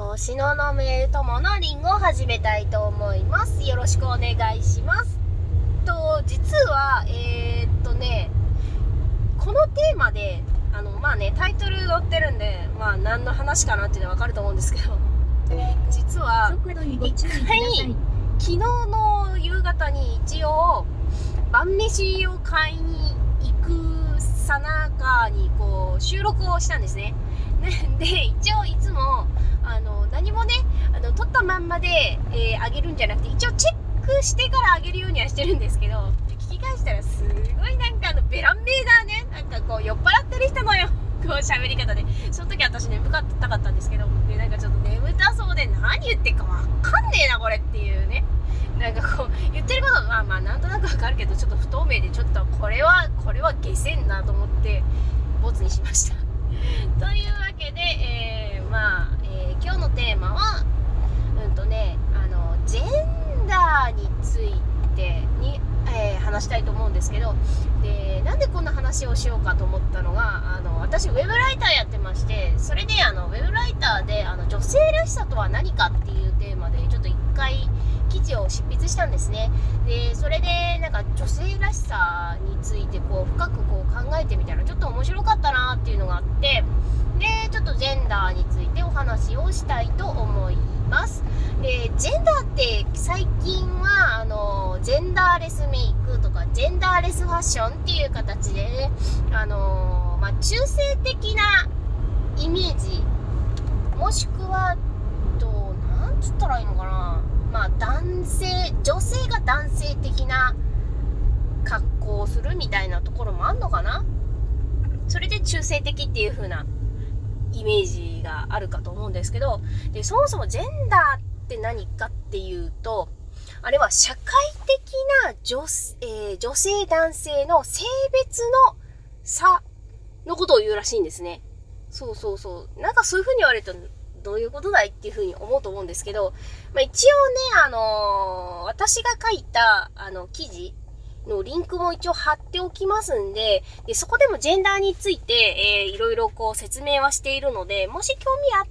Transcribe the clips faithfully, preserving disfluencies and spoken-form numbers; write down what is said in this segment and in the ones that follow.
と東雲友のリンゴを始めたいと思います。よろしくお願いします。と実はえー、っとねこのテーマであのまあねタイトル載ってるんでまあ何の話かなっていうのは分かると思うんですけど、実は一回昨日の夕方に一応晩飯を買いに行くさなかにこう収録をしたんですね。で一応いつもあの何もねあの撮ったまんまで、えー、あげるんじゃなくて一応チェックしてからあげるようにはしてるんですけど、聞き返したらすごいなんかあのベランベーダーねなんかこう酔っ払ってる人のよこう喋り方で、その時私眠かったかったんですけど、でなんかちょっと眠たそうで何言ってるかわかんねえなこれっていうね、なんかこう言ってることはまあまあなんとなくわかるけどちょっと不透明でちょっとこれはこれは下せんなと思ってボツにしましたというわけで、えー、まあ、えー、今日のテーマはうんとねあのジェンダーについてに、えー、話したいと思うんですけど、でなんでこんな話をしようかと思ったのが、あの私ウェブライターやってまして、それであのウェブライターであの女性らしさとは何かっていうテーマでちょっと一回記事を執筆したんですね。でそれでなんか女性らしさについてこう深くこう考えてみたらちょっと面白かったなっていうのがあって、でちょっとジェンダーについてお話をしたいと思います。でジェンダーって最近はあのジェンダーレスメイクとかジェンダーレスファッションっていう形でね、あのまあ、中性的なイメージもしくはとなんつったらいいのかな、まあ男性女性が男性的な格好をするみたいなところもあんのかな。それで中性的っていう風なイメージがあるかと思うんですけど、でそもそもジェンダーって何かっていうと、あれは社会的な 女,、えー、女性男性の性別の差のことを言うらしいんですね。そうそうそう、なんかそういう風に言われるとどういうことだいっていう風に思うと思うんですけど、まあ、一応ねあのー、私が書いたあの記事のリンクも一応貼っておきますんで、でそこでもジェンダーについて、えー、いろいろこう説明はしているので、もし興味あって、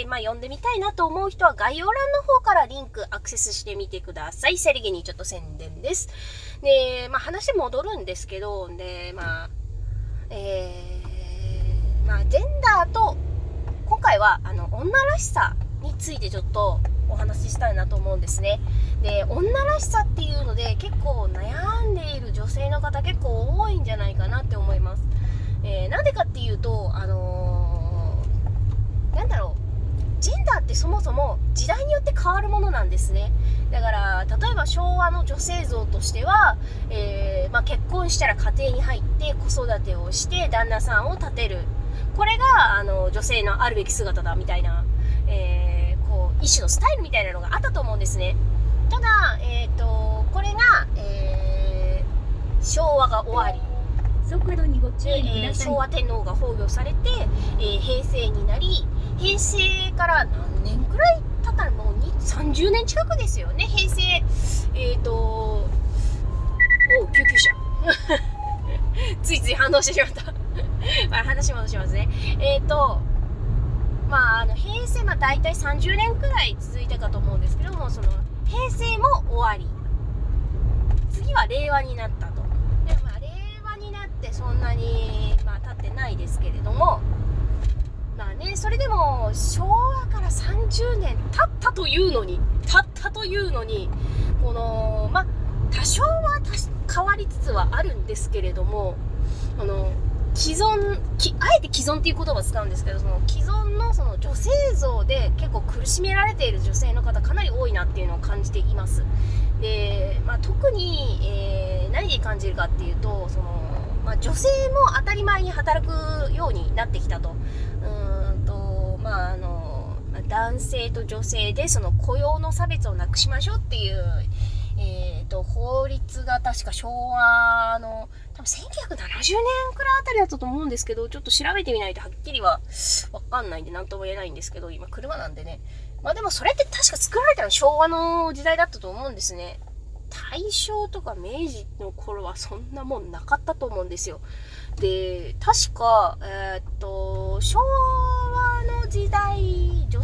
まあ、読んでみたいなと思う人は概要欄の方からリンクアクセスしてみてください。さりげにちょっと宣伝です。で、まあ、話戻るんですけど、で、まあ、えー、まあ、ジェンダーと、今回は、あの、女らしさについてちょっとお話ししたいなと思うんですね。で女らしさっていうので結構悩んでいる女性の方結構多いんじゃないかなって思います。えー、なんでかっていうとあのー、なんだろうジェンダーってそもそも時代によって変わるものなんですね。だから例えば昭和の女性像としては、えーまあ、結婚したら家庭に入って子育てをして旦那さんを立てる、これがあの女性のあるべき姿だみたいな、えー、こう一種のスタイルみたいなのがあったと思うんですね。ただ、えー、とこれが、えー、昭和が終わり速度にご注意ください、 えー、昭和天皇が崩御されて、えー、平成になり、平成から何年くらい経ったらもうさんじゅうねん近くですよね。平成えっ、ー、とお救急車ついつい反応してしまったまあ話戻しますね。えっ、ー、とまああの平成、まあ大体さんじゅうねんくらい続いたかと思うんですけども、その平成も終わり、次は令和になったと。で、まあ、令和になってそんなに、まあ、経ってないですけれども、まあね、それでも昭和からさんじゅうねん経ったというのに経ったというのにこの、まあ、多少は変わりつつはあるんですけれども、あの既存きあえて既存っていう言葉を使うんですけど、その既存のその女性像で結構苦しめられている女性の方かなり多いなっていうのを感じています。で、まあ、特に、えー、何で感じるかっていうと、その、まあ、女性も当たり前に働くようになってきたと。うーんと、まあ、あの男性と女性でその雇用の差別をなくしましょうっていう、えー、と法律が確か昭和の多分せんきゅうひゃくななじゅうねんくらいあたりだったと思うんですけど、ちょっと調べてみないとはっきりは分かんないんで何とも言えないんですけど、今車なんでね。まあでもそれって確か作られたの昭和の時代だったと思うんですね。大正とか明治の頃はそんなもんなかったと思うんですよ。で確か、えー、っと昭和の時代女性が働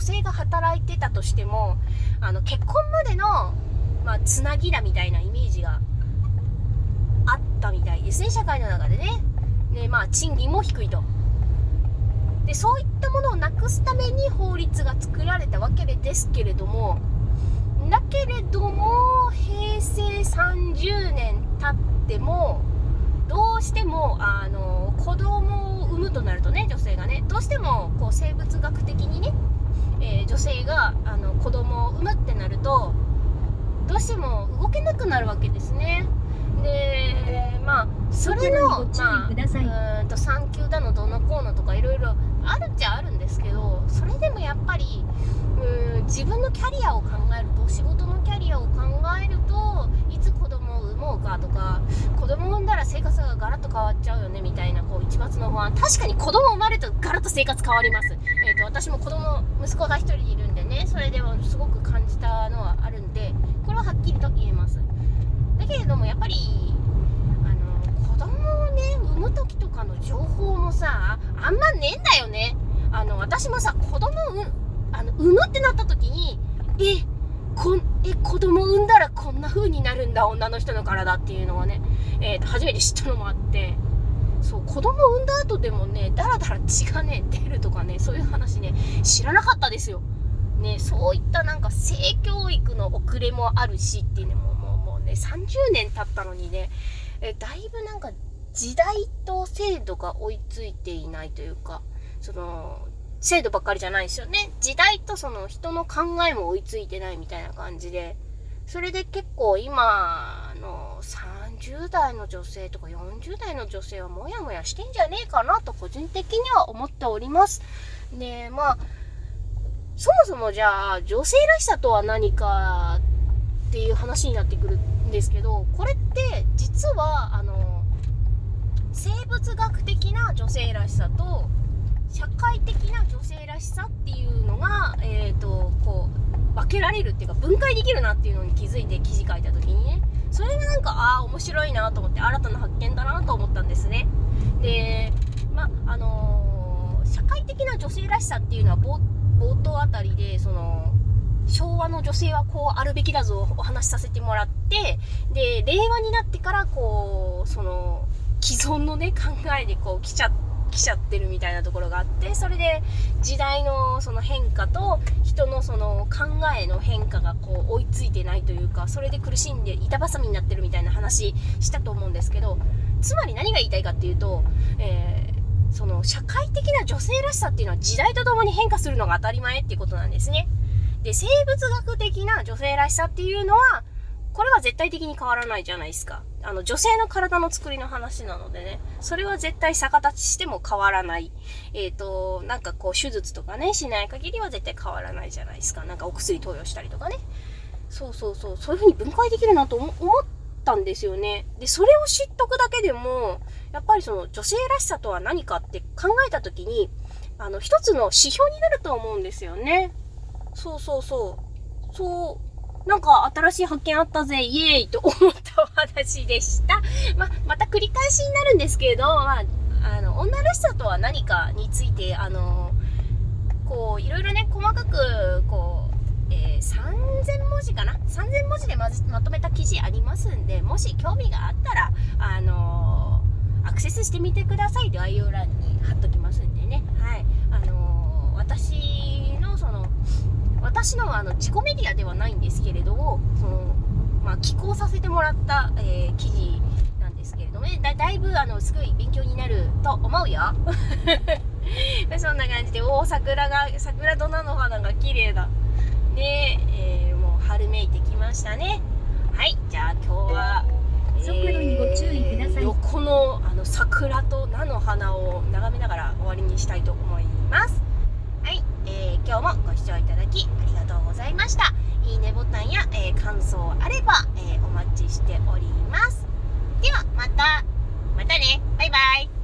働いてたとしても、あの結婚までの、まあ、つなぎだみたいなイメージがあったみたいですね、社会の中でね。で、まあ賃金も低いと。で、そういったものをなくすために法律が作られたわけですけれども、だけれどもへいせいさんじゅうねん経ってもどうしてもあの子供を産むとなるとね、女性がね、どうしてもこう生物学的にね、えー、女性があの子供を産むってなるとどうしても動けなくなるわけですね。で、まあそれの、まあ、うーんと産休だのどうのこうのとかいろいろあるっちゃあるんですけど、それでもやっぱりうーん自分のキャリアを考えると、仕事のキャリアを考えると、いつ子供を産もうかとか、子供を産んだら生活がガラッと変わっちゃうよねみたいなこう一抹の不安。確かに子供生まれるとガラッと生活変わります。えーと私も子供息子が一人いるんでね、それでもすごく感じたのはあるんで、これははっきりと言えます。だけれどもやっぱりあの子供をね産む時とかの情報もさ、あんまねえんだよね。あの私もさ、子供をあの産むってなった時に、えこんえ子供産んだらこんな風になるんだ、女の人の体っていうのはね、えーと初めて知ったのもあって、そう子供産んだ後でもね、だらだら血がね出るとかね、そういう話ね知らなかったですよ。ね、そういったなんか性教育の遅れもあるしっていうね、もうもうもうねさんじゅうねん経ったのにね、えだいぶなんか時代と制度が追いついていないというか、その制度ばっかりじゃないですよね。時代とその人の考えも追いついてないみたいな感じで、それで結構今のさんじゅうだいの女性とかよんじゅうだいの女性はモヤモヤしてんじゃねえかなと個人的には思っております。で、まあそもそもじゃあ女性らしさとは何かっていう話になってくるんですけど、これって実はあの生物学的な女性らしさと社会的な女性らしさっていうのが、えーと、こう分けられるっていうか分解できるなっていうのに気づいて記事書いた時にね、それがなんかああ面白いなと思って、新たな発見だなと思ったんですね。で、まああのー、社会的な女性らしさっていうのは冒冒頭あたりでその昭和の女性はこうあるべきだぞお話しさせてもらって、で令和になってからこうその既存のね考えでこう来ちゃって来ちゃってるみたいなところがあって、それで時代のその変化と人のその考えの変化がこう追いついてないというか、それで苦しんで板挟みになってるみたいな話したと思うんですけど、つまり何が言いたいかっていうと、えー、その社会的な女性らしさっていうのは時代とともに変化するのが当たり前っていうことなんですね。で、生物学的な女性らしさっていうのはこれは絶対的に変わらないじゃないですか。あの女性の体の作りの話なのでね、それは絶対逆立ちしても変わらない。えっとなんかこう手術とかねしない限りは絶対変わらないじゃないですか。なんかお薬投与したりとかね、そうそうそう、そういう風に分解できるなと思ったんですよね。で、それを知っとくだけでもやっぱりその女性らしさとは何かって考えた時に、あの一つの指標になると思うんですよね。そうそうそうそう。なんか新しい発見あったぜイエーイと思ったお話でした。ま、また繰り返しになるんですけれど、まあ、あの女らしさとは何かについてあのこういろいろね細かくこう、えー、さんぜんもんじかなさんぜんもんじで ま, まとめた記事ありますんで、もし興味があったらあのアクセスしてみてください。概要欄に貼っときますんでね。はい、あの私のその私のあの自己メディアではないんですけれども、その、まあ、寄稿させてもらった、えー、記事なんですけれども、ね、だ, だいぶあのすごい勉強になると思うよそんな感じで、おー桜が桜と菜の花が綺麗だね、えー、もう春めいてきましたね。はい、じゃあ今日は、 速度にご注意ください。 横のあの桜と菜の花を眺めながら終わりにしたいと思います。はい、えー、今日もご視聴いただきありがとうございました。いいねボタンや、えー、感想あれば、えー、お待ちしております。ではまたまたね、バイバイ。